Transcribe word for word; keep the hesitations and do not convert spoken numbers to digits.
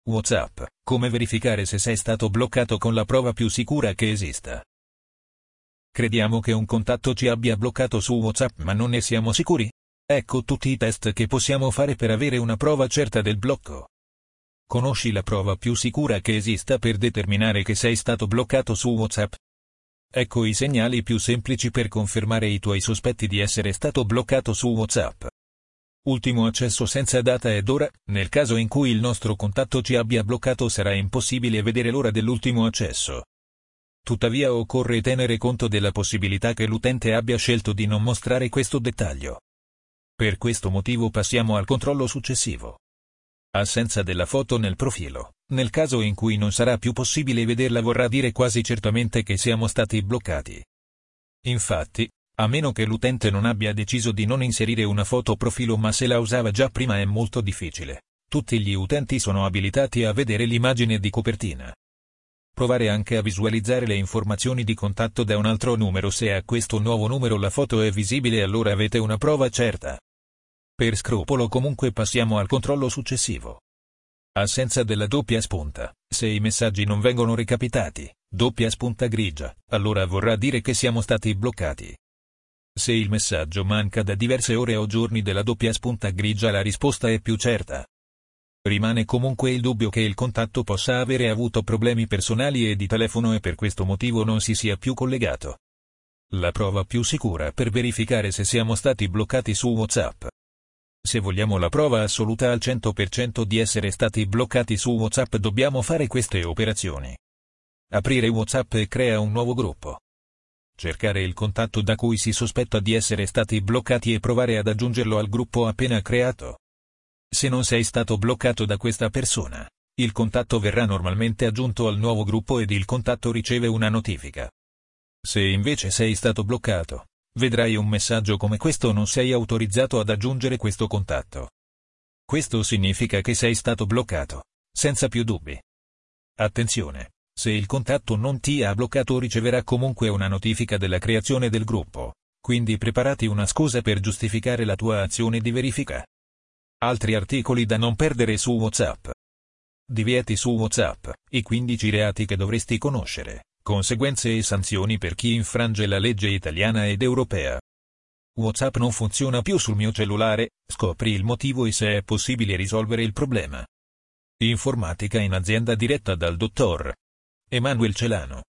WhatsApp, come verificare se sei stato bloccato con la prova più sicura che esista. Crediamo che un contatto ci abbia bloccato su WhatsApp ma non ne siamo sicuri? Ecco tutti i test che possiamo fare per avere una prova certa del blocco. Conosci la prova più sicura che esista per determinare che sei stato bloccato su WhatsApp? Ecco i segnali più semplici per confermare i tuoi sospetti di essere stato bloccato su WhatsApp. Ultimo accesso senza data ed ora, nel caso in cui il nostro contatto ci abbia bloccato sarà impossibile vedere l'ora dell'ultimo accesso. Tuttavia occorre tenere conto della possibilità che l'utente abbia scelto di non mostrare questo dettaglio. Per questo motivo passiamo al controllo successivo. Assenza della foto nel profilo. Nel caso in cui non sarà più possibile vederla vorrà dire quasi certamente che siamo stati bloccati. Infatti, a meno che l'utente non abbia deciso di non inserire una foto profilo ma se la usava già prima è molto difficile. Tutti gli utenti sono abilitati a vedere l'immagine di copertina. Provare anche a visualizzare le informazioni di contatto da un altro numero. Se a questo nuovo numero la foto è visibile allora avete una prova certa. Per scrupolo comunque passiamo al controllo successivo. Assenza della doppia spunta. Se i messaggi non vengono recapitati, doppia spunta grigia, allora vorrà dire che siamo stati bloccati. Se il messaggio manca da diverse ore o giorni della doppia spunta grigia la risposta è più certa. Rimane comunque il dubbio che il contatto possa avere avuto problemi personali e di telefono e per questo motivo non si sia più collegato. La prova più sicura per verificare se siamo stati bloccati su WhatsApp. Se vogliamo la prova assoluta al cento per cento di essere stati bloccati su WhatsApp dobbiamo fare queste operazioni. Aprire WhatsApp e crea un nuovo gruppo. Cercare il contatto da cui si sospetta di essere stati bloccati e provare ad aggiungerlo al gruppo appena creato. Se non sei stato bloccato da questa persona, il contatto verrà normalmente aggiunto al nuovo gruppo ed il contatto riceve una notifica. Se invece sei stato bloccato, vedrai un messaggio come questo: non sei autorizzato ad aggiungere questo contatto. Questo significa che sei stato bloccato, senza più dubbi. Attenzione, se il contatto non ti ha bloccato riceverà comunque una notifica della creazione del gruppo, quindi preparati una scusa per giustificare la tua azione di verifica. Altri articoli da non perdere su WhatsApp. Divieti su WhatsApp, i quindici reati che dovresti conoscere, conseguenze e sanzioni per chi infrange la legge italiana ed europea. WhatsApp non funziona più sul mio cellulare, scopri il motivo e se è possibile risolvere il problema. Informatica in azienda diretta dal dottor Emanuel Celano.